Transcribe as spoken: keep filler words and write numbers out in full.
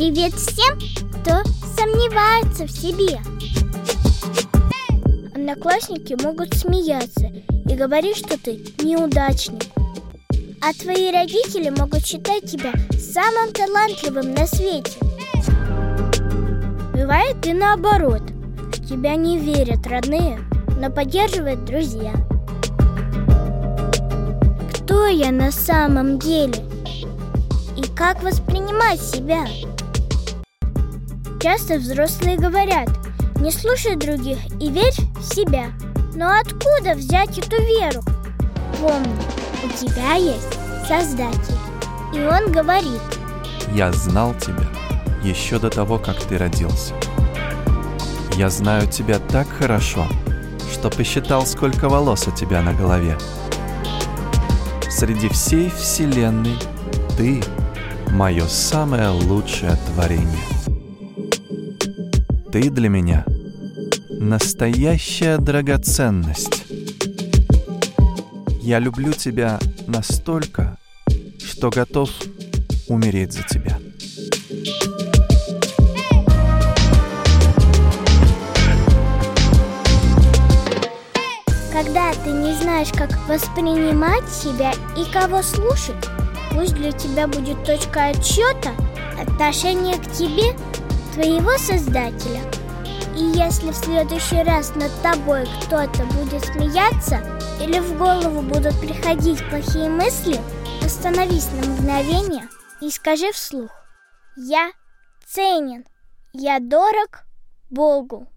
Привет всем, кто сомневается в себе. Одноклассники могут смеяться и говорить, что ты неудачник. А твои родители могут считать тебя самым талантливым на свете. Бывает и наоборот. В тебя не верят родные, но поддерживают друзья. Кто я на самом деле? И как воспринимать себя? Часто взрослые говорят: не слушай других и верь в себя. Но откуда взять эту веру? Помни, у тебя есть Создатель, и Он говорит: я знал тебя еще до того, как ты родился. Я знаю тебя так хорошо, что посчитал, сколько волос у тебя на голове. Среди всей вселенной ты — мое самое лучшее творение. Ты для меня настоящая драгоценность. Я люблю тебя настолько, что готов умереть за тебя. Когда ты не знаешь, как воспринимать себя и кого слушать, пусть для тебя будет точка отсчета отношение к тебе, твоего Создателя. И если в следующий раз над тобой кто-то будет смеяться или в голову будут приходить плохие мысли, остановись на мгновение и скажи вслух: я ценен, я дорог Богу.